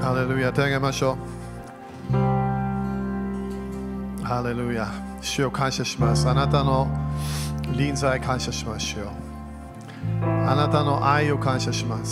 ハレルヤ、手を挙げましょう。ハレルヤ、主を感謝します。あなたの臨在感謝しましょう。あなたの愛を感謝します。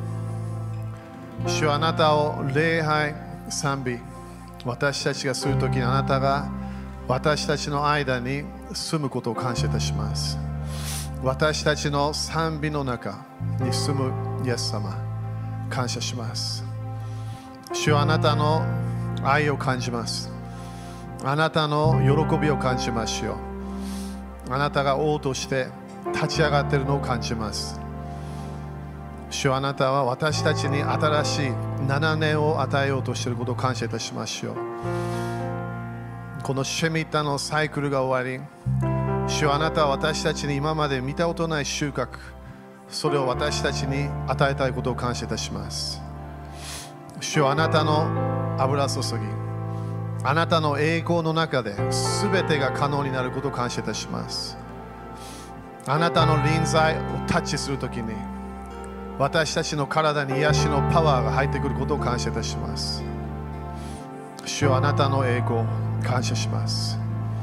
主はあなたを礼拝、賛美、私たちがするときにあなたが私たちの間に住むことを感謝いたします。私たちの賛美の中に住むイエス様、感謝します。主はあなたの愛を感じます。あなたの喜びを感じましょう。あなたが王として立ち上がっているのを感じます。主はあなたは私たちに新しい7年を与えようとしていることを感謝いたしましょう。このシェミタのサイクルが終わり、主はあなたは私たちに今まで見たことない収穫、それを私たちに与えたいことを感謝いたします。主はあなたの油注ぎ、あなたの栄光の中で全てが可能になることを感謝いたします。あなたの臨在をタッチするときに私たちの体に癒しのパワーが入ってくることを感謝いたします。主はあなたの栄光を感謝します。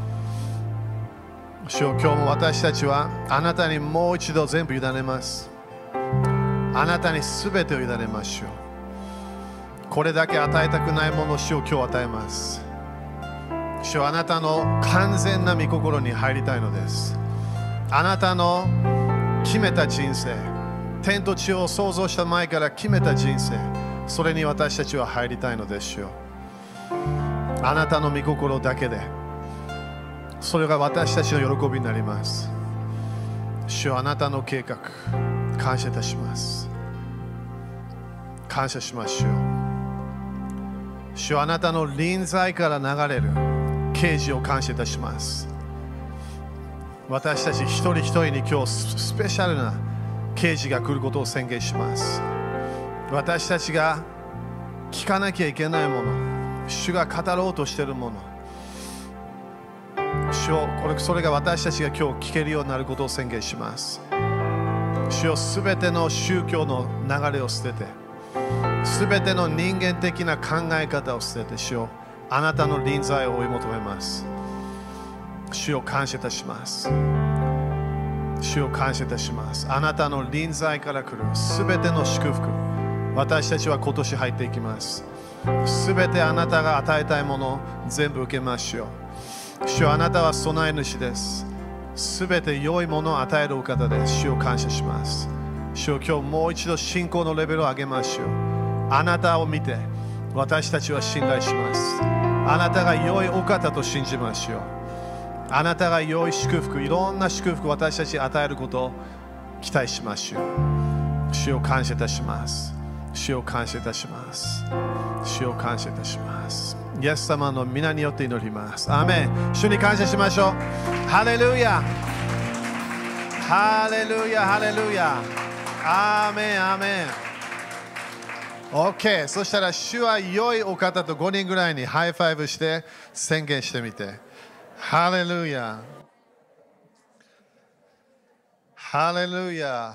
主よ、今日も私たちはあなたにもう一度全部委ねます。あなたに全てを委ねましょう。これだけ与えたくないものを主を今日与えます。主はあなたの完全な御心に入りたいのです。あなたの決めた人生、天と地を創造した前から決めた人生、それに私たちは入りたいのですよ。あなたの御心だけで、それが私たちの喜びになります。主はあなたの計画、感謝いたします。感謝しましょう。主はあなたの臨在から流れる啓示を感謝いたします。私たち一人一人に今日スペシャルな啓示が来ることを宣言します。私たちが聞かなきゃいけないもの、主が語ろうとしているもの、それが私たちが今日聞けるようになることを宣言します。主よ、すべての宗教の流れを捨てて、すべての人間的な考え方を捨てて、主よ、あなたの臨在を追い求めます。主を感謝いたします。主を感謝いたします。あなたの臨在から来るすべての祝福、私たちは今年入っていきます。すべてあなたが与えたいものを全部受けましょう。主はあなたは備え主です。すべて良いものを与えるお方です。主を感謝します。主を今日もう一度信仰のレベルを上げましょう。あなたを見て私たちは信頼します。あなたが良いお方と信じましょう。あなたが良い祝福、いろんな祝福を私たちに与えることを期待しましょう。主を感謝いたします。主を感謝いたします。主を感謝いたします。イエス様の皆によって祈ります。アーメン。主に感謝しましょう。ハレルヤ。ハレルヤ、ハレルヤ。アーメン、アーメン。OK。そしたら主は良いお方と5人ぐらいにハイファイブして宣言してみて。ハレルヤ。ハレルヤ。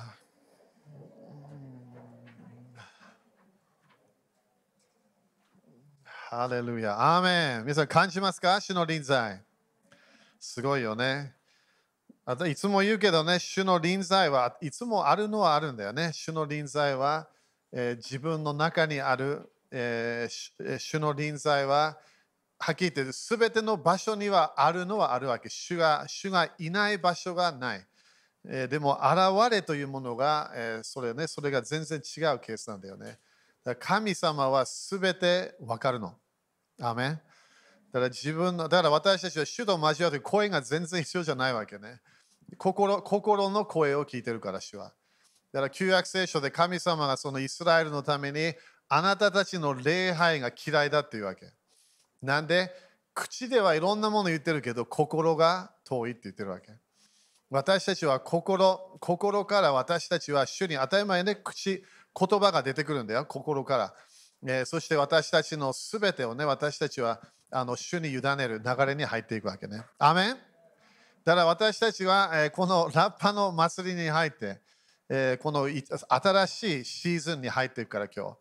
ハレルヤ。アーメン。皆さん感じますか？主の臨在。すごいよね。いつも言うけどね、主の臨在はいつもあるのはあるんだよね。主の臨在は、自分の中にある、主の臨在ははっきり言ってすべての場所にはあるのはあるわけ。主がいない場所がない。でも現れというものが、それが全然違うケースなんだよね。だから神様はすべてわかるの。アーメン。だから私たちは主と交わる声が全然必要じゃないわけね。心の声を聞いてるから主は。だから旧約聖書で神様がそのイスラエルのためにあなたたちの礼拝が嫌いだっていうわけ。なんで口ではいろんなもの言ってるけど心が遠いって言ってるわけ。私たちは心から私たちは主に当たり前ね、言葉が出てくるんだよ、心から。そして私たちのすべてをね、私たちは主に委ねる流れに入っていくわけね。アメン。だから私たちは、このラッパの祭りに入って、この新しいシーズンに入っていくから今日。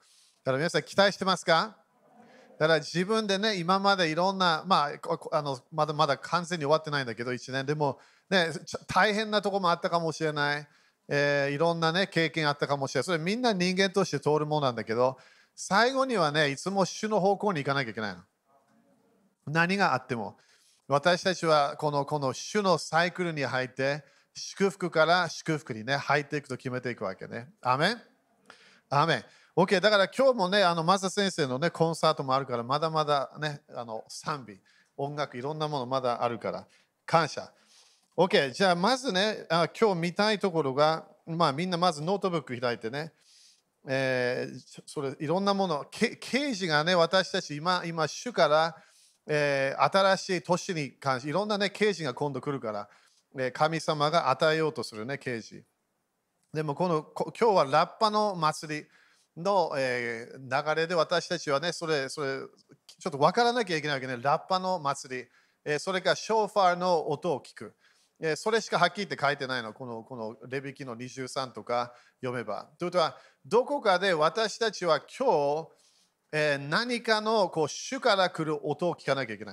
から皆さん期待してますか？だから自分でね、今までいろんな、まだまだ完全に終わってないんだけど、1年でも、ね、大変なところもあったかもしれない、いろんな、ね、経験あったかもしれない。それみんな人間として通るものなんだけど、最後にはね、いつも主の方向に行かなきゃいけないの。何があっても。私たちはこの主のサイクルに入って、祝福から祝福にね、入っていくと決めていくわけね。アメンアメン。OK、だから今日もね、マサ先生のね、コンサートもあるから、まだまだね、賛美、音楽、いろんなものまだあるから、感謝。OK、じゃあまずね、今日見たいところが、みんなまずノートブック開いてね、それいろんなもの、啓示がね、私たち今、主から、新しい年に関して、いろんなね、啓示が今度来るから、神様が与えようとするね、啓示。でも今日はラッパの祭りの、流れで私たちはね、それちょっと分からなきゃいけないわけね。ラッパの祭り、それからショーファーの音を聞く。それしかはっきり言って書いてないの。このレビキの23とか読めば。ということは、どこかで私たちは今日、何かの主から来る音を聞かなきゃいけない。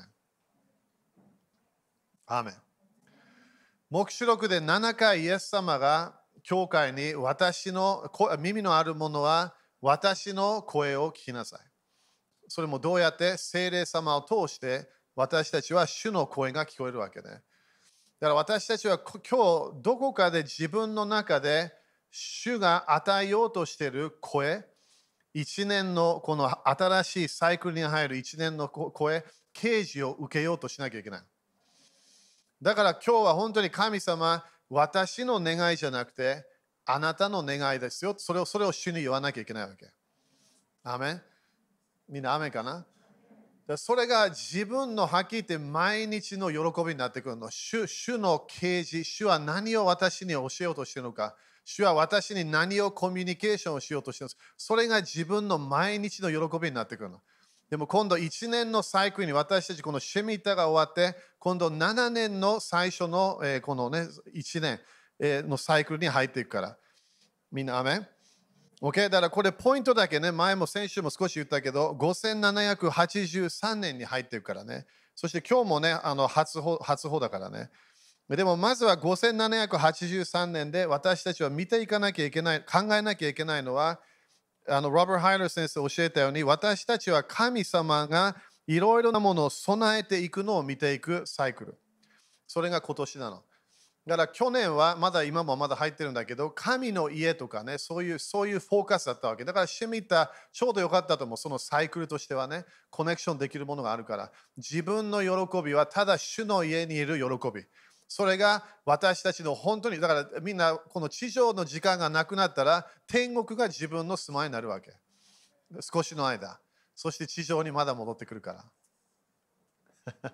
アーメン。黙示録で7回イエス様が教会に耳のあるものは私の声を聞きなさい。それもどうやって聖霊様を通して私たちは主の声が聞こえるわけね。だから私たちは今日どこかで自分の中で主が与えようとしている声、一年のこの新しいサイクルに入る一年の声、啓示を受けようとしなきゃいけない。だから今日は本当に神様、私の願いじゃなくて、あなたの願いですよ。それを主に言わなきゃいけないわけ。アメン。みんなアメンかな？それが自分のはっきり言って毎日の喜びになってくるの。主の啓示、主は何を私に教えようとしているのか。主は私に何をコミュニケーションをしようとしているのか。それが自分の毎日の喜びになってくるの。でも今度1年のサイクルに私たちこのシェミタが終わって、今度7年の最初の、このね、1年のサイクルに入っていくから。みんなアメン？OK、だからこれポイントだけね、前も先週も少し言ったけど、5783年に入っていくからね。そして今日もね、初歩だからね。でもまずは5783年で私たちは見ていかなきゃいけない、考えなきゃいけないのは、ロバート・ハイラー先生教えたように、私たちは神様がいろいろなものを備えていくのを見ていくサイクル。それが今年なの。だから去年は今もまだ入ってるんだけど、神の家とかね、そういうフォーカスだったわけ。だからシェミタ、ちょうどよかったと思う。そのサイクルとしてはね、コネクションできるものがあるから。自分の喜びはただ主の家にいる喜び。それが私たちの本当に、だからみんなこの地上の時間がなくなったら、天国が自分の住まいになるわけ。少しの間。そして地上にまだ戻ってくるから。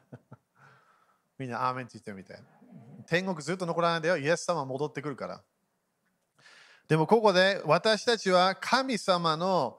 みんなアーメンって言ってみて。天国ずっと残らないんだよ。イエス様は戻ってくるから。でもここで私たちは神様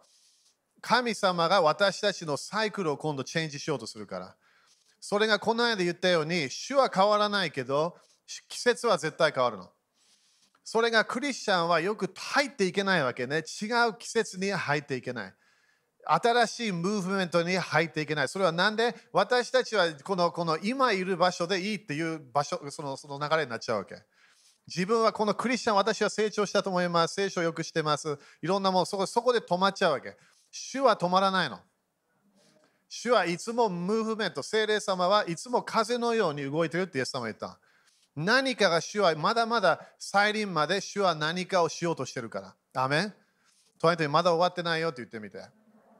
が私たちのサイクルを今度チェンジしようとするから。それがこの間言ったように、主は変わらないけど、季節は絶対変わるの。それがクリスチャンはよく入っていけないわけね。違う季節に入っていけない。新しいムーブメントに入っていけない。それはなんで私たちはこの今いる場所でいいっていう場所、その流れになっちゃうわけ。自分はこのクリスチャン、私は成長したと思います。聖書をよくしてます。いろんなもの、そこで止まっちゃうわけ。主は止まらないの。主はいつもムーブメント、聖霊様はいつも風のように動いてるってイエス様は言った。何かが主はまだまだ再臨まで主は何かをしようとしてるから。アメン。とにかくまだ終わってないよって言ってみて。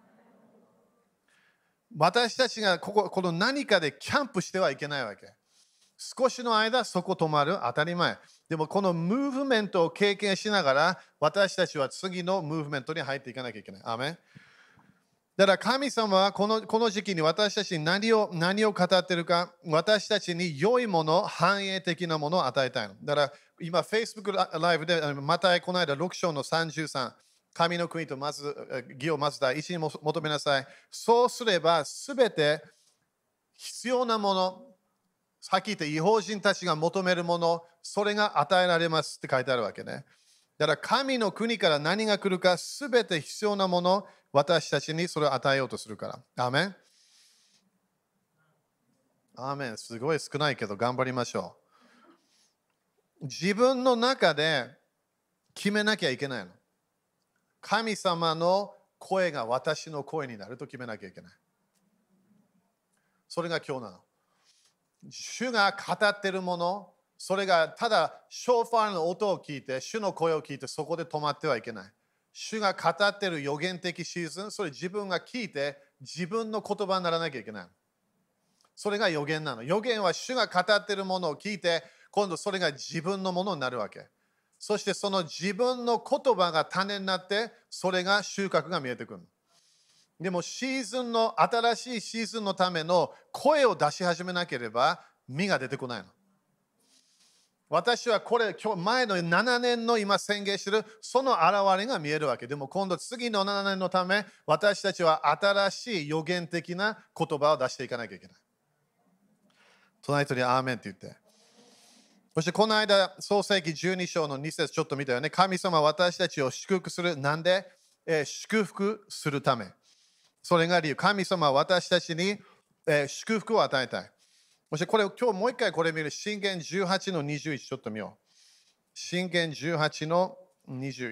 私たちがこの何かでキャンプしてはいけないわけ。少しの間そこ止まる当たり前。でもこのムーブメントを経験しながら私たちは次のムーブメントに入っていかなきゃいけない。アメン。だから神様はこの時期に私たちに何を語っているか、私たちに良いもの、繁栄的なものを与えたいの。だから今、Facebook ライブで、またこの間6章の33、神の国とまず義をまず第一に求めなさい。そうすれば、すべて必要なもの、さっき言った違法人たちが求めるもの、それが与えられますって書いてあるわけね。だから神の国から何が来るか、すべて必要なもの、 私たちにそれを与えようとするから。アーメン。アーメン。すごい少ないけど頑張りましょう。自分の中で決めなきゃいけないの。神様の声が私の声になると決めなきゃいけない。それが今日なの。主が語っているもの、それがただショーファーの音を聞いて、主の声を聞いてそこで止まってはいけない。主が語っている予言的シーズン、それ自分が聞いて自分の言葉にならなきゃいけない。それが予言なの。予言は主が語っているものを聞いて、今度それが自分のものになるわけ。そしてその自分の言葉が種になって、それが収穫が見えてくる。でも新しいシーズンのための声を出し始めなければ実が出てこないの。私はこれ、今日前の7年の今宣言しているその現れが見えるわけ。でも今度次の7年のため、私たちは新しい予言的な言葉を出していかなきゃいけない。隣人にアーメンって言って。そしてこの間、創世記12章の2節ちょっと見たよね。神様は私たちを祝福する。なんで、祝福するため。それが理由。神様は私たちに、祝福を与えたい。そしてこれ今日もう一回これ見る。箴言18の21ちょっと見よう。箴言18の21。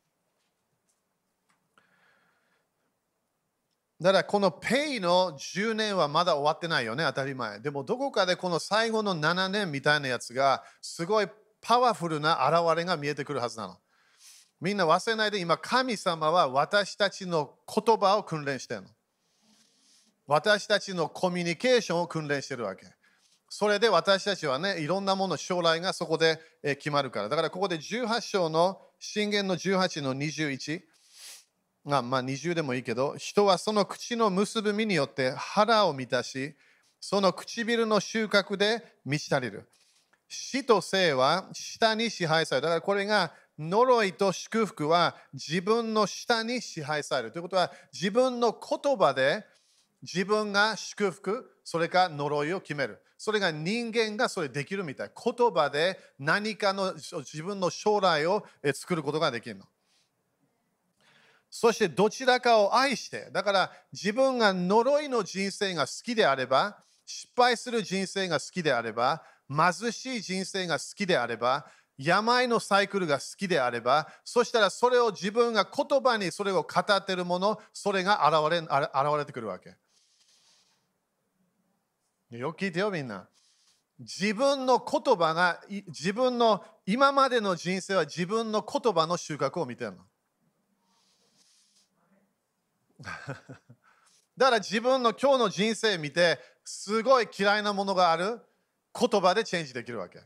だからこのペイの10年はまだ終わってないよね、当たり前。でもどこかでこの最後の7年みたいなやつがすごいパワフルな現れが見えてくるはずなの。みんな忘れないで、今神様は私たちの言葉を訓練してるの。私たちのコミュニケーションを訓練してるわけ。それで私たちはね、いろんなもの、将来がそこで決まるから。だからここで18章の箴言の18の21。まあ20でもいいけど、人はその口の結ぶ身によって腹を満たし、その唇の収穫で満ち足りる。死と生は舌に支配される。だからこれが呪いと祝福は自分の舌に支配される。ということは自分の言葉で自分が祝福、それか呪いを決める。それが人間がそれできるみたい。言葉で何かの自分の将来を作ることができるの。そしてどちらかを愛して、だから自分が呪いの人生が好きであれば、失敗する人生が好きであれば、貧しい人生が好きであれば、病のサイクルが好きであれば、そしたらそれを自分が言葉にそれを語っているもの、それが現れてくるわけ。よく聞いてよみんな。自分の言葉が、自分の今までの人生は自分の言葉の収穫を見てるの。だから自分の今日の人生見てすごい嫌いなものがある言葉でチェンジできるわけ。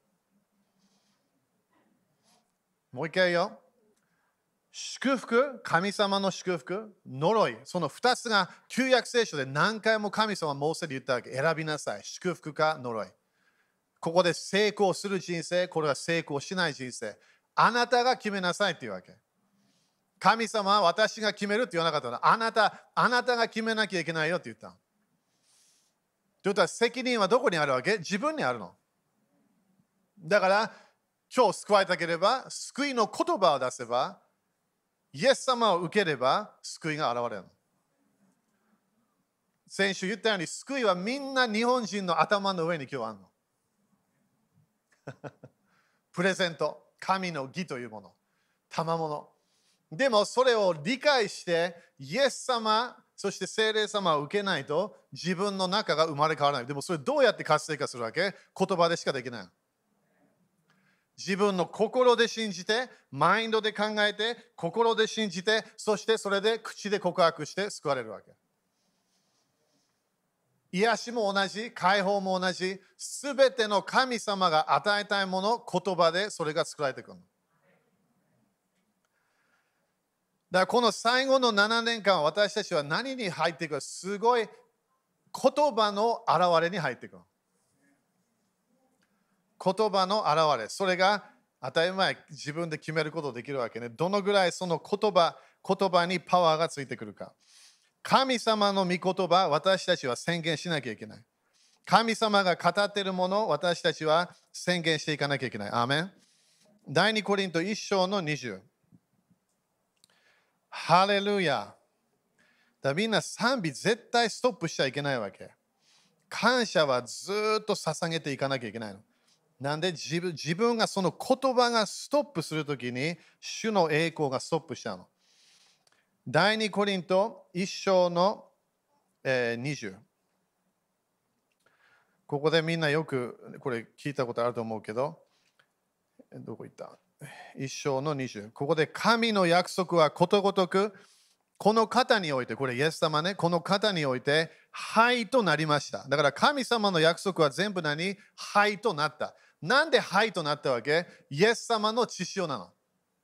もう一回よ。祝福、神様の祝福、呪い、その2つが旧約聖書で何回も神様はモーセで言ったわけ。選びなさい。祝福か呪い。ここで成功する人生、これは成功しない人生。あなたが決めなさいっていうわけ。神様は私が決めるって言わなかったの。あなたが決めなきゃいけないよって言った。ということは責任はどこにあるわけ？自分にあるの。だから今日救われたければ救いの言葉を出せばイエス様を受ければ救いが現れるの。先週言ったように救いはみんな日本人の頭の上に今日あるの。プレゼント、神の義というもの、賜物。でもそれを理解してイエス様、そして聖霊様を受けないと自分の中が生まれ変わらない。でもそれどうやって活性化するわけ？言葉でしかできない。自分の心で信じて、マインドで考えて、心で信じて、そしてそれで口で告白して救われるわけ。癒しも同じ、解放も同じ、すべての神様が与えたいもの、言葉でそれが作られてくる。だからこの最後の7年間、私たちは何に入っていくか、すごい言葉の現れに入っていく。言葉の現れ、それが当たり前、自分で決めることできるわけね。どのぐらいその言葉にパワーがついてくるか。神様の御言葉、私たちは宣言しなきゃいけない。神様が語っているもの、私たちは宣言していかなきゃいけない。アーメン。第2コリント1章の20。ハレルヤ。 だみんな賛美絶対ストップしちゃいけないわけ。感謝はずっと捧げていかなきゃいけないの。なんで自分がその言葉がストップするときに、主の栄光がストップしちゃうの。第2コリント1章の、20。ここでみんなよくこれ聞いたことあると思うけど、どこ行った ?1 章の20。ここで神の約束はことごとく、この方において、これイエス様ね、この方において、はいとなりました。だから神様の約束は全部何？はいとなった。なんではいとなったわけ？イエス様の血潮なの。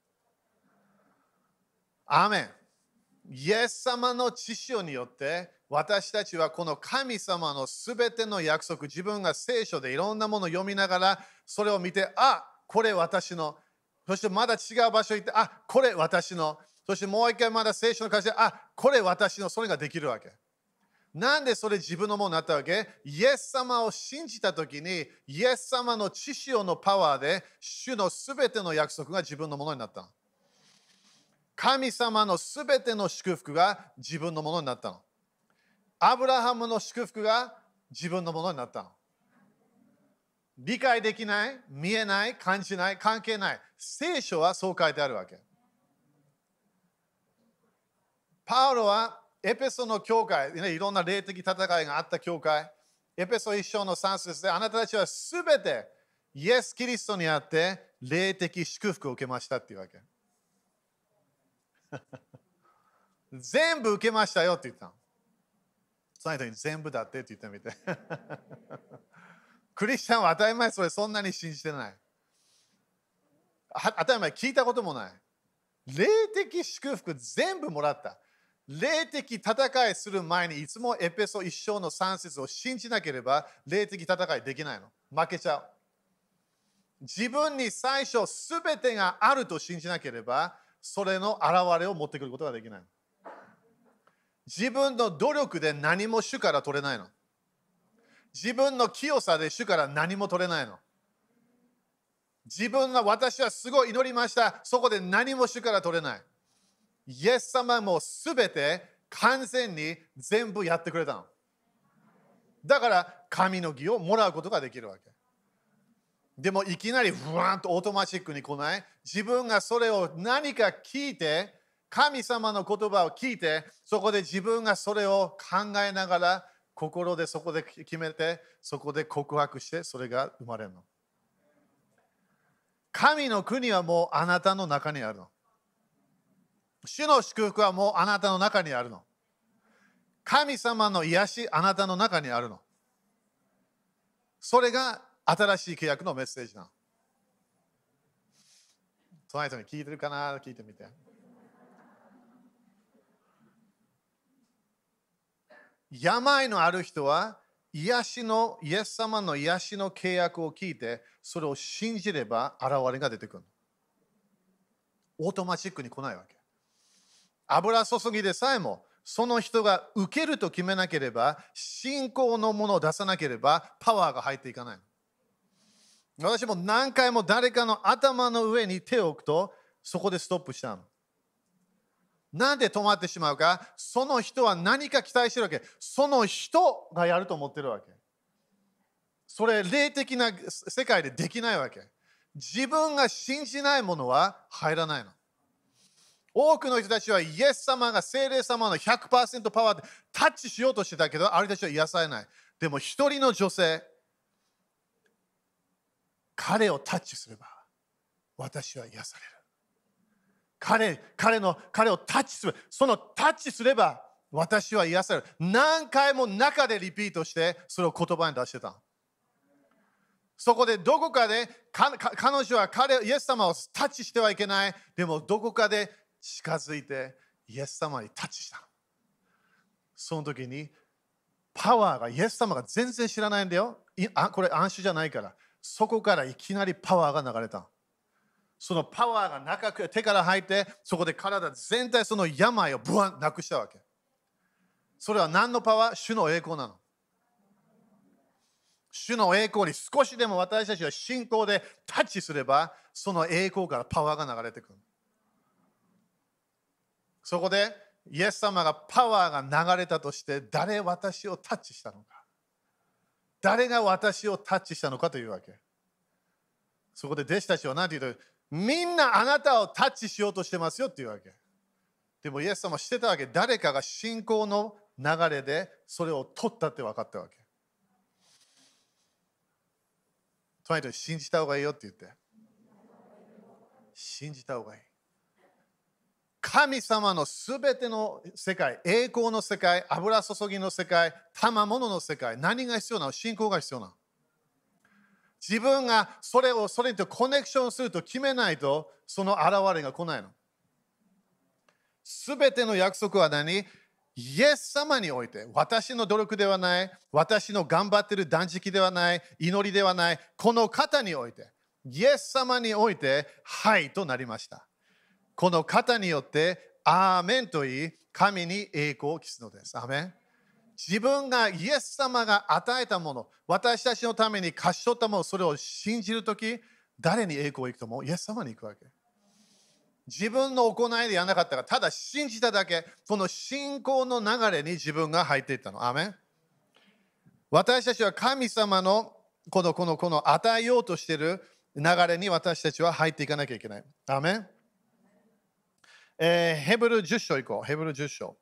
アーメン。イエス様の血潮によって、私たちはこの神様のすべての約束、自分が聖書でいろんなものを読みながら、それを見て、あ、これ私の。そしてまだ違う場所に行って、あ、これ私の。そしてもう一回まだ聖書の歌詞で、あ、これ私の。それができるわけ。なんでそれ自分のものになったわけ？イエス様を信じたときに、イエス様の血潮のパワーで、主のすべての約束が自分のものになった。神様のすべての祝福が自分のものになったの。アブラハムの祝福が自分のものになったの。理解できない、見えない、感じない、関係ない。聖書はそう書いてあるわけ。パウロはエペソの教会、いろんな霊的戦いがあった教会、エペソ1章の3節で、あなたたちはすべてイエス・キリストにあって霊的祝福を受けましたっていうわけ。全部受けましたよって言ったの。その人に全部だってって言ってみて。クリスチャンは当たり前それそんなに信じてない。当たり前聞いたこともない。霊的祝福全部もらった。霊的戦いする前にいつもエペソ1章の3節を信じなければ霊的戦いできないの。負けちゃう。自分に最初すべてがあると信じなければそれの現れを持ってくることができない。自分の努力で何も主から取れないの。自分の清さで主から何も取れないの。自分が私はすごい祈りました。そこで何も主から取れない。イエス様もすべて完全に全部やってくれたの。だから神の義をもらうことができるわけ。でもいきなりふわーんとオートマチックに来ない。自分がそれを何か聞いて、神様の言葉を聞いて、そこで自分がそれを考えながら、心でそこで決めて、そこで告白して、それが生まれるの。神の国はもうあなたの中にあるの。主の祝福はもうあなたの中にあるの。神様の癒し、あなたの中にあるの。それが新しい契約のメッセージなの。その人に聞いてるかな？聞いてみて。病のある人はイエス様の癒しの契約を聞いて、それを信じれば現れが出てくる。オートマチックに来ないわけ。油注ぎでさえも、その人が受けると決めなければ、信仰のものを出さなければ、パワーが入っていかない。私も何回も誰かの頭の上に手を置くと、そこでストップしたの。なんで止まってしまうか？その人は何か期待してるわけ。その人がやると思ってるわけ。それ、霊的な世界でできないわけ。自分が信じないものは入らないの。多くの人たちはイエス様が聖霊様の 100% パワーでタッチしようとしてたけど、あれたちは癒されない。でも一人の女性、彼をタッチすれば私は癒される。彼をタッチする。そのタッチすれば私は癒される。何回も中でリピートしてそれを言葉に出してた。そこでどこかで彼女はイエス様をタッチしてはいけない。でもどこかで近づいてイエス様にタッチした。その時にパワーがイエス様が全然知らないんだよ。これ暗視じゃないから。そこからいきなりパワーが流れた。そのパワーが手から入って、そこで体全体その病をブワンなくしたわけ。それは何のパワー？主の栄光なの。主の栄光に少しでも私たちは信仰でタッチすれば、その栄光からパワーが流れてくる。そこでイエス様がパワーが流れたとして、誰私をタッチしたのか。誰が私をタッチしたのかというわけ。そこで弟子たちは何て言うと、みんなあなたをタッチしようとしてますよっていうわけ。でもイエス様はしてたわけ。誰かが信仰の流れでそれを取ったって分かったわけ。とにかく信じた方がいいよって言って。信じた方がいい。神様のすべての世界、栄光の世界、油注ぎの世界、賜物の世界、何が必要なの？信仰が必要なの。自分がそれとコネクションすると決めないと、その現れが来ないの。すべての約束は何？イエス様において、私の努力ではない、私の頑張っている断食ではない、祈りではない、この方において、イエス様において、はいとなりました。この方によって、アーメンと言い、神に栄光を期すのです。アーメン。自分がイエス様が与えたもの、私たちのために貸し取ったもの、それを信じるとき、誰に栄光を行くと思う？イエス様に行くわけ。自分の行いでやらなかったから、ただ信じただけ、この信仰の流れに自分が入っていったの。アーメン。私たちは神様のこの与えようとしている流れに私たちは入っていかなきゃいけない。アーメン。ヘブル10章行こう。ヘブル10章。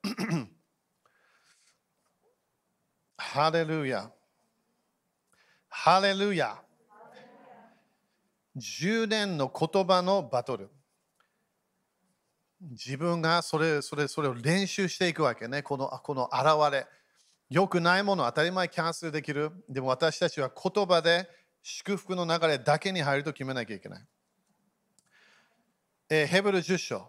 ハレルヤ。ハレルヤ。10年の言葉のバトル。自分がそれを練習していくわけね。この現れ。良くないもの当たり前キャンセルできる。でも私たちは言葉で祝福の流れだけに入ると決めなきゃいけない。ヘブル10章。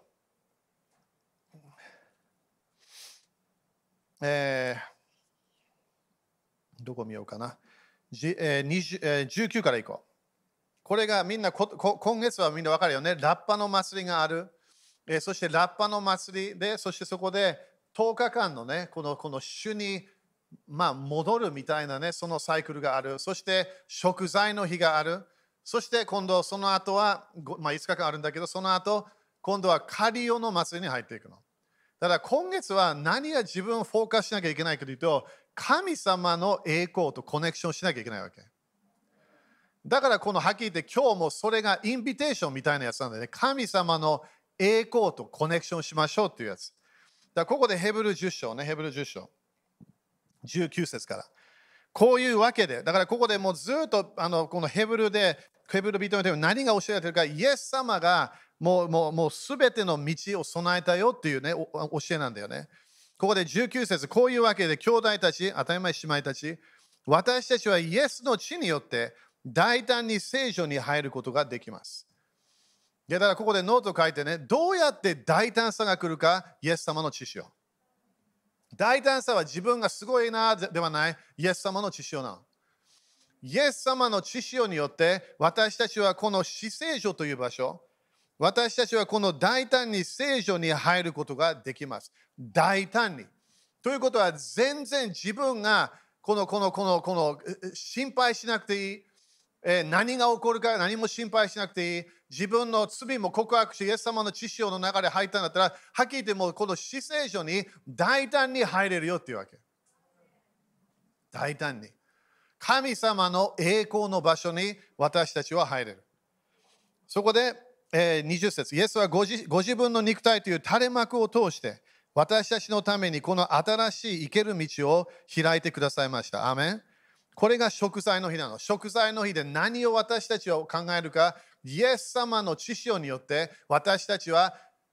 どこ見ようかな。19からいこう。これがみんな今月はみんな分かるよね。ラッパの祭りがある。そしてラッパの祭りで、そしてそこで10日間のね、この主に戻るみたいなね、そのサイクルがある。そして食材の日がある。そして今度その後は、5日間あるんだけど、その後、今度はカリオの祭りに入っていくの。だから今月は何が自分をフォーカスしなきゃいけないかというと、神様の栄光とコネクションしなきゃいけないわけ。だからこのはっきり言って今日もそれがインビテーションみたいなやつなんでね、神様の栄光とコネクションしましょうっていうやつ。だからここでヘブル10章ね、ヘブル10章。19節から。こういうわけで、だからここでもうずっとこのヘブル人の手何が教えられているか、イエス様がもうすべての道を備えたよっていうね、教えなんだよね。ここで19節、こういうわけで兄弟たち、当たり前姉妹たち、私たちはイエスの血によって大胆に聖所に入ることができます。だからここでノート書いてね、どうやって大胆さが来るか、イエス様の血潮。大胆さは自分がすごいなではない、イエス様の血潮なの。イエス様の血潮によって私たちはこの至聖所という場所、私たちはこの大胆に聖所に入ることができます。大胆に。ということは全然自分がこの心配しなくていい。何が起こるか何も心配しなくていい。自分の罪も告白し、イエス様の血潮の中で入ったんだったら、はっきり言ってもこの至聖所に大胆に入れるよっていうわけ。大胆に。神様の栄光の場所に私たちは入れる。そこで、20節、イエスはご自分の肉体という垂れ幕を通して、私たちのためにこの新しい生ける道を開いてくださいました。アーメン。これが贖罪の日なの。贖罪の日で何を私たちは考えるか、イエス様の血潮によって私たちは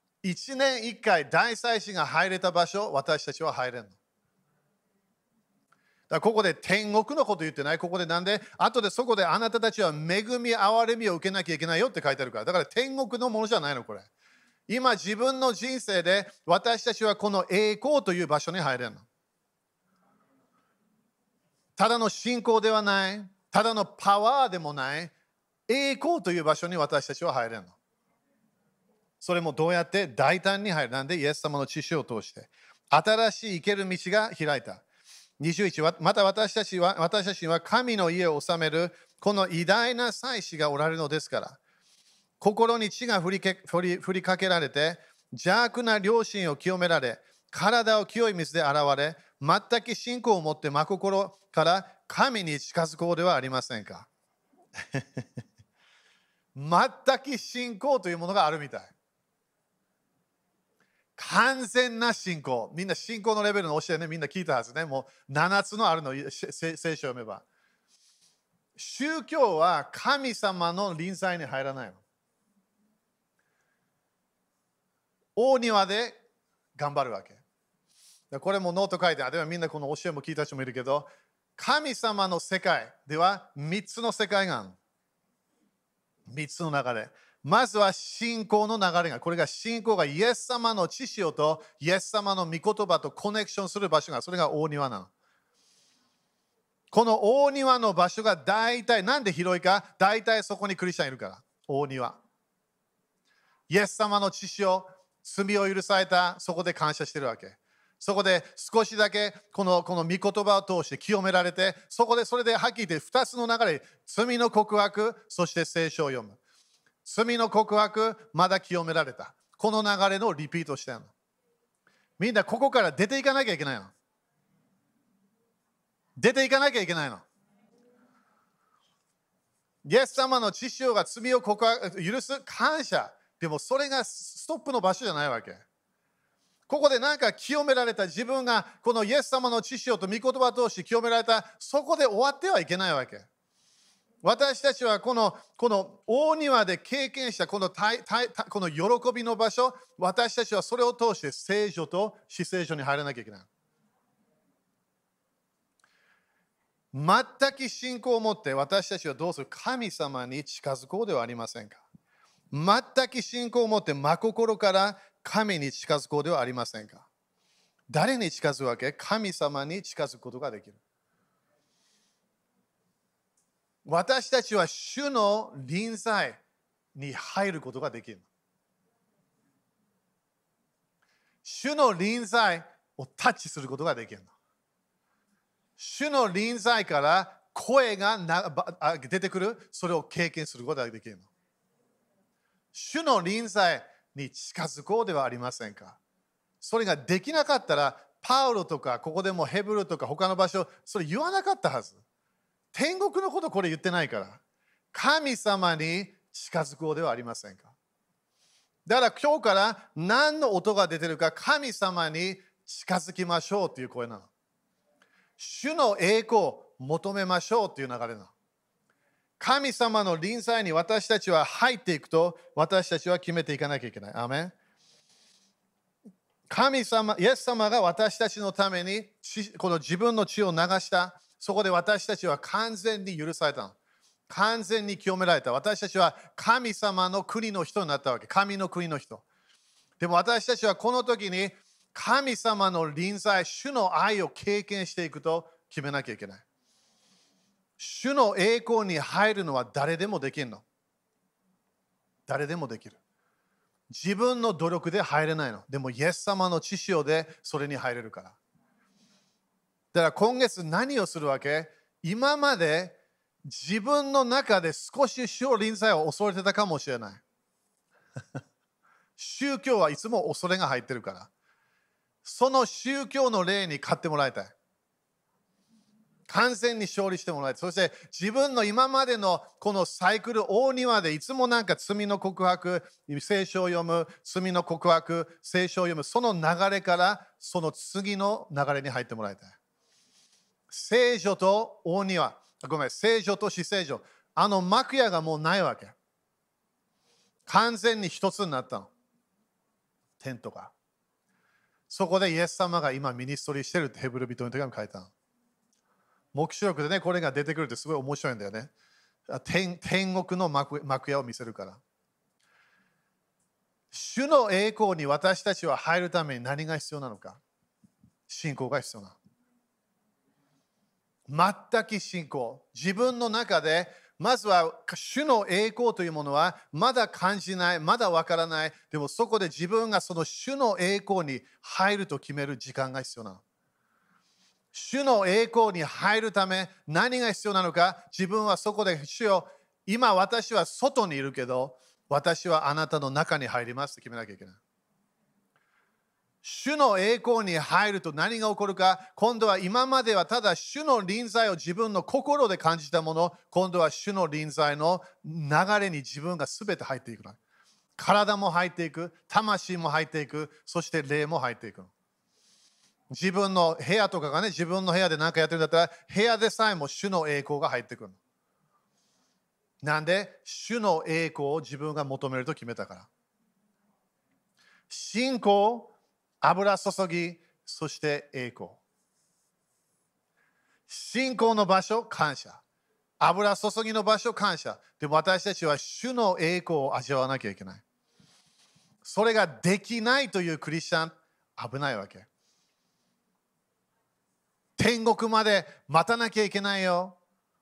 1年1回大祭司が入れた場所、私たちは入れるの。だからここで天国のこと言ってない。ここでなんで後でそこであなたたちは恵み、憐れみを受けなきゃいけないよって書いてあるから。だから天国のものじゃないの、これ。今自分の人生で私たちはこの栄光という場所に入れるの。ただの信仰ではない。ただのパワーでもない。栄光という場所に私たちは入れるの。それもどうやって大胆に入る。なんでイエス様の血潮を通して。新しい生ける道が開いた。21、また私たちには神の家を治めるこの偉大な祭司がおられるのですから、心に血が振りかけられて、邪悪な良心を清められ、 体を清い水で洗われ、全く信仰を持って真心から神に近づこうではありませんか。全く信仰というものがあるみたい。完全な信仰。みんな信仰のレベルの教えね、みんな聞いたはずね。もう7つのあるの、聖書を読めば。宗教は神様の臨在に入らないの。大庭で頑張るわけ。これもノート書いてある。みんなこの教えも聞いた人もいるけど、神様の世界では3つの世界がある。3つの流れ。まずは信仰の流れが、これが信仰がイエス様の知識とイエス様の御言葉とコネクションする場所が、それが大庭なの。この大庭の場所が大体、なんで広いか、大体そこにクリスチャンいるから、大庭。イエス様の知識を、罪を許された、そこで感謝してるわけ。そこで少しだけこの御言葉を通して清められて、それではっきり言って2つの流れ、罪の告白、そして聖書を読む。罪の告白、まだ清められた。この流れのリピートしてるの。みんなここから出ていかなきゃいけないの。出ていかなきゃいけないの。イエス様の知識が罪を告白、許す感謝。でもそれがストップの場所じゃないわけ。ここでなんか清められた自分がこのイエス様の知識と御言葉を通して清められた、そこで終わってはいけないわけ。私たちはこの大庭で経験したこの喜びの場所、私たちはそれを通して聖書と死聖書に入らなきゃいけない。全く信仰を持って私たちはどうする？神様に近づこうではありませんか。全く信仰を持って真心から神に近づこうではありませんか。誰に近づくわけ？神様に近づくことができる。私たちは主の臨在に入ることができる。主の臨在をタッチすることができる。主の臨在から声が出てくる、それを経験することができる。主の臨在に近づこうではありませんか。それができなかったら、パウロとか、ここでもヘブルとか他の場所、それ言わなかったはず。天国のことこれ言ってないから。神様に近づこうではありませんか。だから今日から何の音が出てるか、神様に近づきましょうという声なの。主の栄光を求めましょうという流れなの。神様の臨在に私たちは入っていくと、私たちは決めていかなきゃいけない。アーメン。神様、イエス様が私たちのためにこの自分の血を流した。そこで私たちは完全に許されたの。完全に清められた。私たちは神様の国の人になったわけ。神の国の人。でも私たちはこの時に神様の臨在、主の愛を経験していくと決めなきゃいけない。主の栄光に入るのは誰でもできるの。誰でもできる。自分の努力で入れないの。でも、イエス様の知識でそれに入れるから。だから今月何をするわけ？今まで自分の中で少し主の臨在を恐れてたかもしれない。宗教はいつも恐れが入ってるから。その宗教の霊に勝ってもらいたい。完全に勝利してもらいたい。そして自分の今までのこのサイクル、大庭でいつもなんか罪の告白、聖書を読む、罪の告白、聖書を読む、その流れからその次の流れに入ってもらいたい。聖書と大庭、聖書と死聖書、あの幕屋がもうないわけ。完全に一つになったの。テントが。そこでイエス様が今ミニストリーしてるってヘブル人の手紙書いたの。黙示録でね、これが出てくるってすごい面白いんだよね。天国の幕屋を見せるから。主の栄光に私たちは入るために何が必要なのか。信仰が必要なの。全く信仰。自分の中で、まずは主の栄光というものはまだ感じない、まだわからない。でもそこで自分がその主の栄光に入ると決める時間が必要なの。主の栄光に入るため何が必要なのか。自分はそこで主よ、今私は外にいるけど、私はあなたの中に入りますと決めなきゃいけない。 主の栄光に入ると何が起こるか、今度は今まではただ主の臨在を自分の心で感じたもの、今度は主の臨在の流れに自分が全て入っていくの。体も入っていく、魂も入っていく、そして霊も入っていくの。自分の部屋とかがね、自分の部屋で何かやってるんだったら、部屋でさえも主の栄光が入ってくるの。なんで、主の栄光を自分が求めると決めたから。信仰、油注ぎ、そして栄光。信仰の場所、感謝。油注ぎの場所、感謝。でも私たちは主の栄光を味わわなきゃいけない。それができないというクリスチャン、危ないわけ。天国まで待たなきゃいけないよ。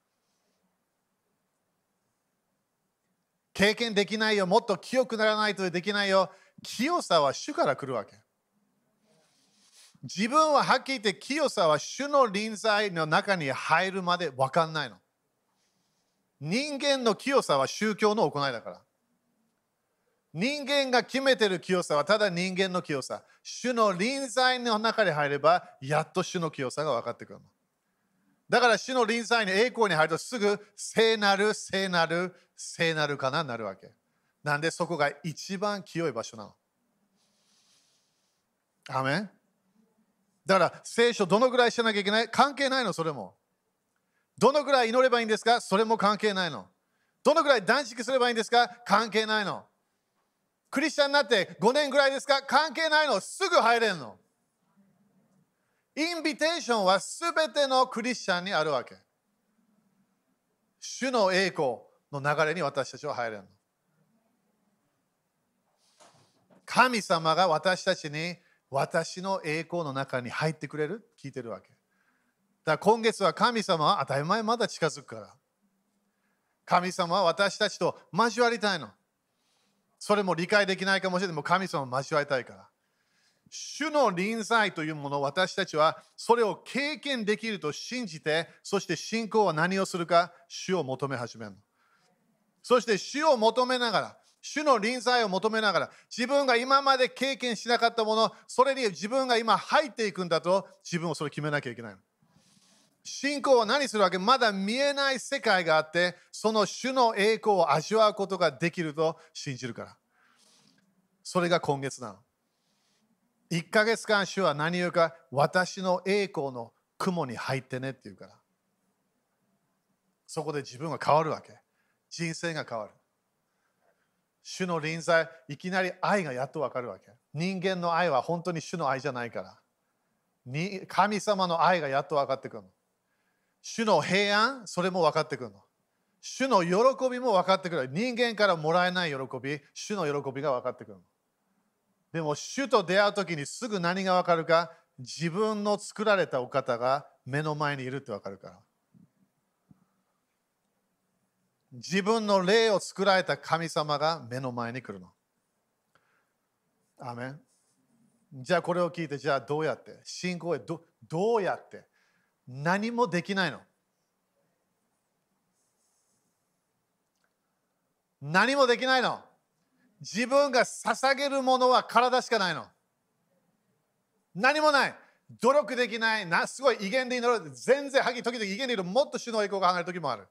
経験できないよ。もっと清くならないとできないよ。清さは主から来るわけ。自分ははっきり言って清さは主の臨在の中に入るまで分かんないの。人間の清さは宗教の行いだから。人間が決めてる清さはただ人間の清さ。主の臨在の中に入ればやっと主の清さが分かってくるの。だから主の臨在に栄光に入るとすぐ聖なる聖なる聖なるかなるわけ。なんでそこが一番清い場所なの。アメン。だから聖書どのぐらいしなきゃいけない関係ないの、それも。どのぐらい祈ればいいんですか、それも関係ないの。どのぐらい断食すればいいんですか、関係ないの。クリスチャンになって5年ぐらいですか、関係ないの。すぐ入れんの。インビテーションはすべてのクリスチャンにあるわけ。主の栄光の流れに私たちは入れるの。神様が私たちに私の栄光の中に入ってくれる聞いてるわけ。だから今月は神様は当たり前まだ近づくから。神様は私たちと交わりたいの。それも理解できないかもしれない。でも神様を交わりたいから。主の臨在というものを私たちはそれを経験できると信じて、そして信仰は何をするか、主を求め始めるの。そして主を求めながら、主の臨在を求めながら、自分が今まで経験しなかったもの、それに自分が今入っていくんだと、自分をそれ決めなきゃいけないの。信仰は何するわけ？まだ見えない世界があって、その主の栄光を味わうことができると信じるから。それが今月なの。1ヶ月間主は何言うか、私の栄光の雲に入ってねって言うから。そこで自分が変わるわけ。人生が変わる。主の臨在、いきなり愛がやっと分かるわけ。人間の愛は本当に主の愛じゃないから。神様の愛がやっと分かってくるの。主の平安、それも分かってくるの。主の喜びも分かってくる。人間からもらえない喜び、主の喜びが分かってくるの。でも主と出会うときにすぐ何が分かるか、自分の作られたお方が目の前にいるって分かるから。自分の霊を作られた神様が目の前に来るの。アーメン。じゃあこれを聞いて、じゃあどうやって信仰へどうやって何もできないの。何もできないの。自分が捧げるものは体しかないの。何もない。努力できない。すごい威厳で祈る。全然、はっきり時々威厳で祈る。もっと主の栄光が離れる時もある。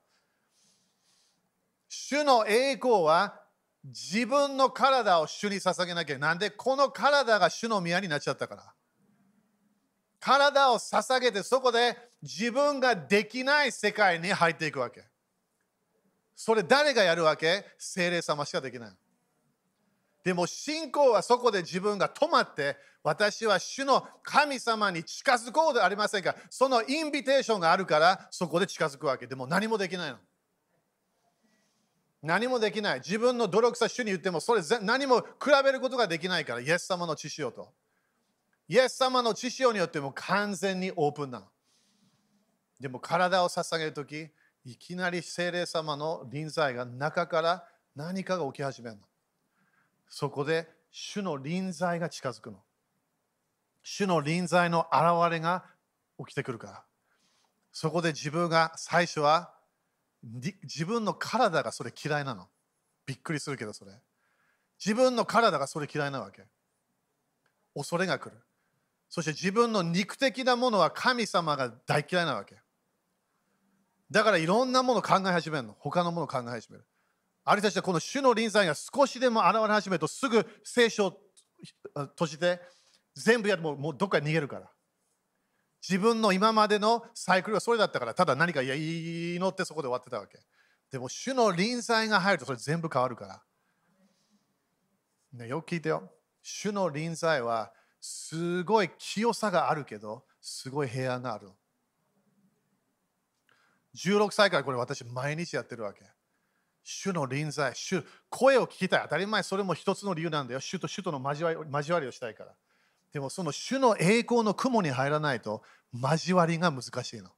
主の栄光は自分の体を主に捧げなきゃ。なんでこの体が主の宮になっちゃったから。体を捧げてそこで自分ができない世界に入っていくわけ。それ誰がやるわけ？聖霊様しかできない。でも信仰はそこで自分が止まって、私は主の神様に近づこうではありませんか。そのインビテーションがあるからそこで近づくわけ。でも何もできないの。何もできない。自分の努力さ主に言ってもそれ何も比べることができないから。イエス様の血潮と。イエス様の血潮によっても完全にオープンなの。でも体を捧げるとき、いきなり聖霊様の臨在が中から何かが起き始めるの。そこで主の臨在が近づくの。主の臨在の現れが起きてくるから。そこで自分が最初は自分の体がそれ嫌いなの。びっくりするけどそれ。自分の体がそれ嫌いなわけ。恐れが来る。 そして自分の肉的なものは神様が大嫌いなわけ。だからいろんなものを考え始めるの。他のものを考え始める。ある人たちはこの主の臨在が少しでも現れ始めるとすぐ聖書を閉じて全部やってもうどっかに逃げるから。自分の今までのサイクルはそれだったから、ただ何か祈ってそこで終わってたわけ。でも主の臨在が入るとそれ全部変わるから。ね、よく聞いてよ。主の臨在はすごい清さがあるけど、すごい平安がある。16歳からこれ私毎日やってるわけ。主の臨在、声を聞きたい。当たり前、それも一つの理由なんだよ。主との交わりをしたいから。でもその主の栄光の雲に入らないと交わりが難しいの。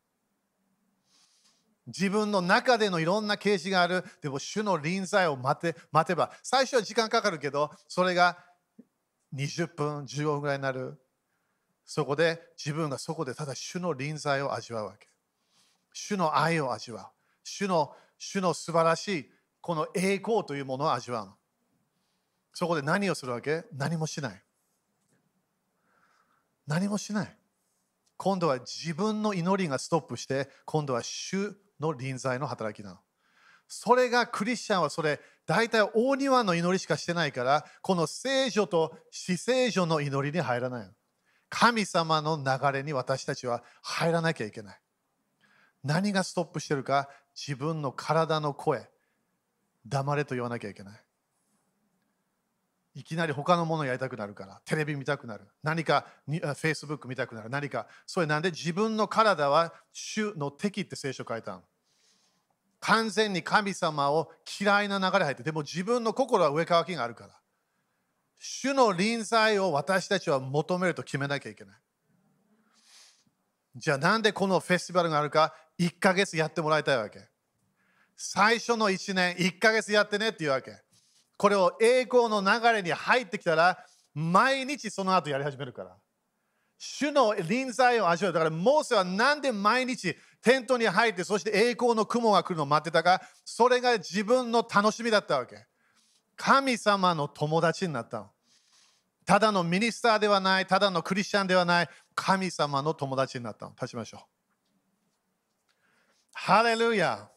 自分の中でのいろんな啓示がある。でも主の臨在を待てば、最初は時間かかるけど、それが20分、15分ぐらいになる。そこで自分がそこでただ主の臨在を味わうわけ。主の愛を味わう。主の素晴らしいこの栄光というものを味わうの。そこで何をするわけ？何もしない。何もしない。今度は自分の祈りがストップして、今度は主の臨在の働きなの。それがクリスチャンはそれ、大体大庭の祈りしかしてないから、この聖女と死聖女の祈りに入らないの。神様の流れに私たちは入らなきゃいけない。何がストップしてるか、自分の体の声、黙れと言わなきゃいけない。いきなり他のものをやりたくなるから、テレビ見たくなる。何か、Facebook 見たくなる。何か、それなんで自分の体は主の敵って聖書書いたの。完全に神様を嫌いな流れ入って、でも自分の心は上乾きがあるから。主の臨在を私たちは求めると決めなきゃいけない。じゃあなんでこのフェスティバルがあるか、1ヶ月やってもらいたいわけ。最初の1年、1ヶ月やってねっていうわけ。これを栄光の流れに入ってきたら、毎日その後やり始めるから。主の臨在を味わう。だからモーセはなんで毎日テントに入って、そして栄光の雲が来るのを待ってたか、それが自分の楽しみだったわけ。神様の友達になったの。ただのミニスターではない、ただのクリスチャンではない、神様の友達になったの。立ちましょう。ハレルヤ。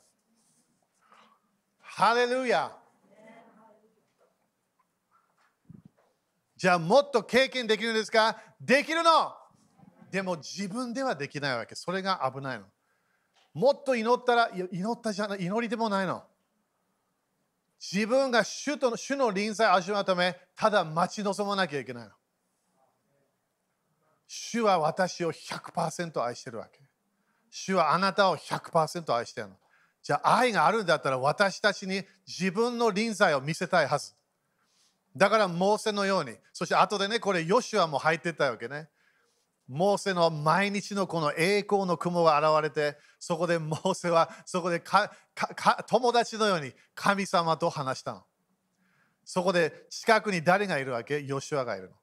ハレルヤ。じゃあもっと経験できるんですか？できるの。でも自分ではできないわけ。それが危ないの。もっと祈ったら、祈ったじゃない、祈りでもないの。自分が主の臨在を味わうため、ただ待ち望まなきゃいけないの。主は私を 100% 愛してるわけ。主はあなたを 100% 愛してるの。じゃあ愛があるんだったら私たちに自分の臨在を見せたいはず。だからモーセのように、そして後でね、これヨシュアも入ってったわけね。モーセの毎日のこの栄光の雲が現れて、そこでモーセはそこで友達のように神様と話したの。そこで近くに誰がいるわけ？ヨシュアがいるの。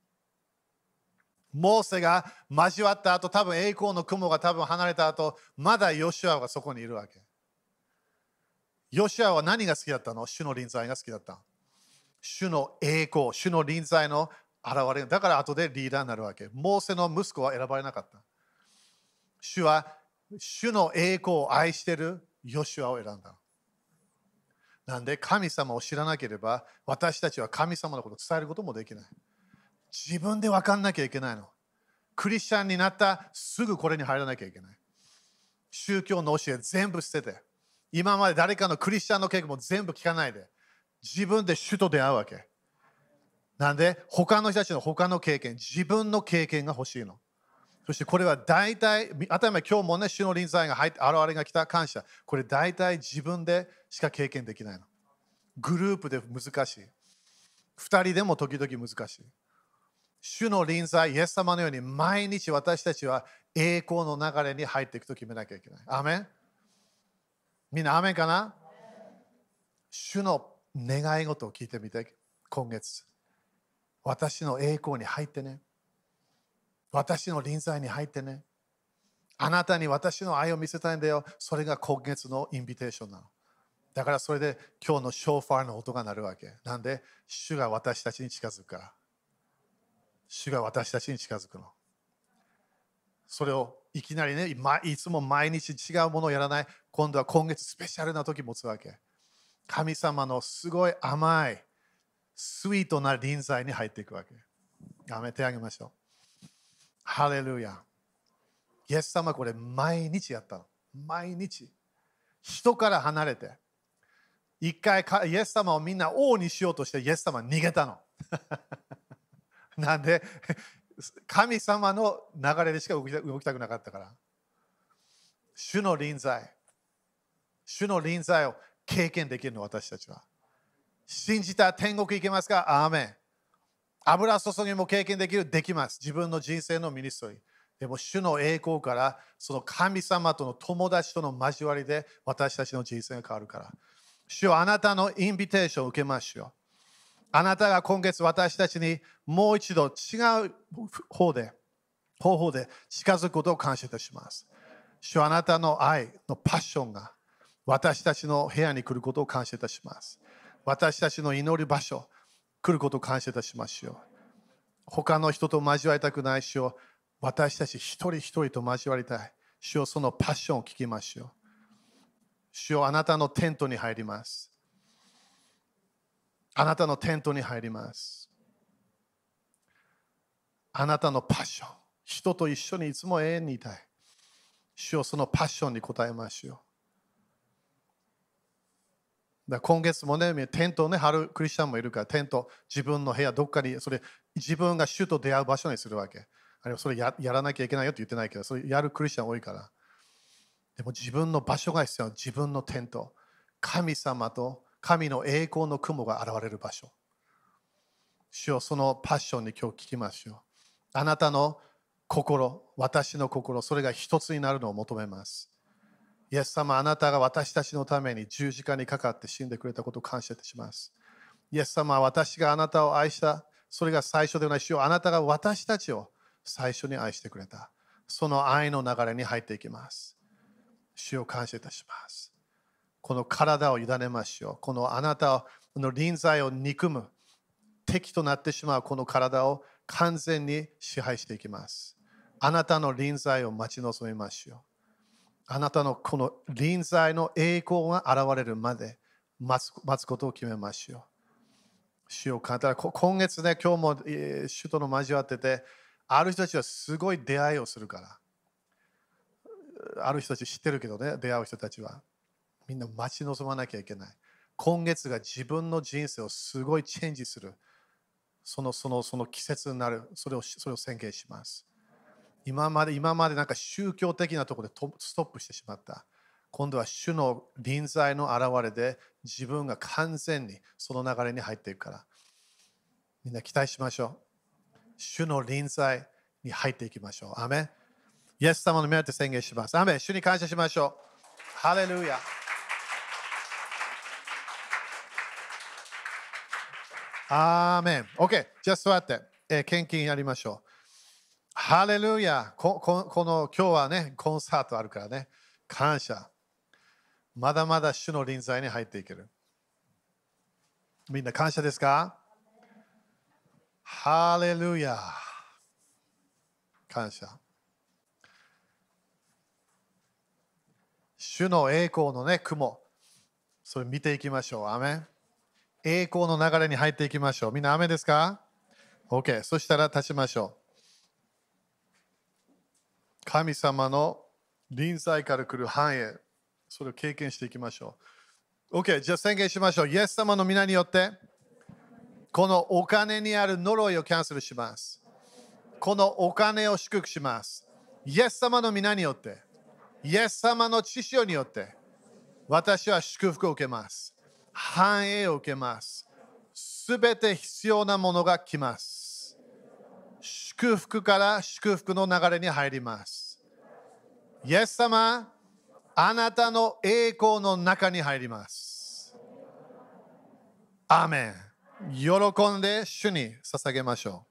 モーセが交わった後、多分栄光の雲が多分離れた後、まだヨシュアがそこにいるわけ。ヨシュアは何が好きだったの？主の臨在が好きだった。主の栄光、主の臨在の現れ。だから後でリーダーになるわけ。モーセの息子は選ばれなかった。主は主の栄光を愛しているヨシュアを選んだ。なんで神様を知らなければ私たちは神様のことを伝えることもできない。自分で分かんなきゃいけないの。クリスチャンになったすぐこれに入らなきゃいけない。宗教の教え全部捨てて、今まで誰かのクリスチャンの経験も全部聞かないで、自分で主と出会うわけ。なんで他の人たちの他の経験、自分の経験が欲しいの。そしてこれは大体、当たり前今日もね、主の臨在が入って現れが来た感謝。これ大体自分でしか経験できないの。グループで難しい。2人でも時々難しい。主の臨在、イエス様のように毎日私たちは栄光の流れに入っていくと決めなきゃいけない。アーメン。みんなアーメンかな？主の願い事を聞いてみて、今月。私の栄光に入ってね。私の臨在に入ってね。あなたに私の愛を見せたいんだよ。それが今月のインビテーションなの。だからそれで今日のショーファーの音が鳴るわけ。なんで主が私たちに近づくから。 主が私たちに近づくの。それをいきなりね、いつも毎日違うものをやらない。今度は今月スペシャルな時持つわけ。神様のすごい甘い、スイートな臨在に入っていくわけ。やめてあげましょう。ハレルヤ。イエス様これ毎日やったの。毎日。人から離れて。一回イエス様をみんな王にしようとしてイエス様は逃げたの。なんで神様の流れでしか動きたくなかったから。主の臨在。主の臨在を経験できるの私たちは。信じたら天国行けますか？アーメン。油注ぎも経験できます。自分の人生のミニストリー。でも主の栄光からその神様との友達との交わりで私たちの人生が変わるから。主よあなたのインビテーションを受けますよ。あなたが今月私たちにもう一度違う方法で近づくことを感謝いたします。主よあなたの愛のパッションが私たちの部屋に来ることを感謝いたします。私たちの祈る場所来ることを感謝いたしますよ。他の人と交わりたくないしよ。私たち一人一人と交わりたい。主よそのパッションを聞きましょう。主よあなたのテントに入ります。あなたのテントに入ります。あなたのパッション。人と一緒にいつも永遠にいたい。主よそのパッションに応えましょう。今月もね、テントをね、張るクリスチャンもいるから、テント、自分の部屋、どっかに、それ、自分が主と出会う場所にするわけ。あるいはそれやらなきゃいけないよって言ってないけど、それやるクリスチャン多いから。でも自分の場所が必要な自分のテント。神様と神の栄光の雲が現れる場所。主よそのパッションに今日聞きましょう。あなたの心、私の心、それが一つになるのを求めます。イエス様、あなたが私たちのために十字架にかかって死んでくれたことを感謝いたします。イエス様、私があなたを愛した、それが最初ではない。主よあなたが私たちを最初に愛してくれた。その愛の流れに入っていきます。主を感謝いたします。この体を委ねましょう。このあなたの臨在を憎む、敵となってしまうこの体を完全に支配していきます。あなたの臨在を待ち望みましょう。あなたのこの臨在の栄光が現れるまで待つことを決めましょう。主を感謝。今月ね、今日も主との交わってて、ある人たちはすごい出会いをするから。ある人たち知ってるけどね、出会う人たちは。みんな待ち望まなきゃいけない。今月が自分の人生をすごいチェンジする。その季節になる。それを宣言します。今までなんか宗教的なところでストップしてしまった。今度は主の臨在の現れで自分が完全にその流れに入っていくから。みんな期待しましょう。主の臨在に入っていきましょう。アメン。イエス様の目当て宣言します。アメン。主に感謝しましょう。ハレルヤ。アーメン。OK。じゃあ座って、献金やりましょう。ハレルヤ。この今日はね、コンサートあるからね。感謝。まだまだ主の臨在に入っていける。みんな感謝ですか？ハレルヤ。感謝。主の栄光のね、雲。それ見ていきましょう。アメン。栄光の流れに入っていきましょう。みんなアメンですか？ OK。そしたら立ちましょう。神様の臨在から来る繁栄、それを経験していきましょう。OK、じゃあ宣言しましょう。イエス様の皆によって、このお金にある呪いをキャンセルします。このお金を祝福します。イエス様の皆によって、イエス様の血潮によって、私は祝福を受けます。繁栄を受けます。すべて必要なものが来ます。祝福から祝福の流れに入ります。イエス様、あなたの栄光の中に入ります。アーメン。喜んで主に捧げましょう。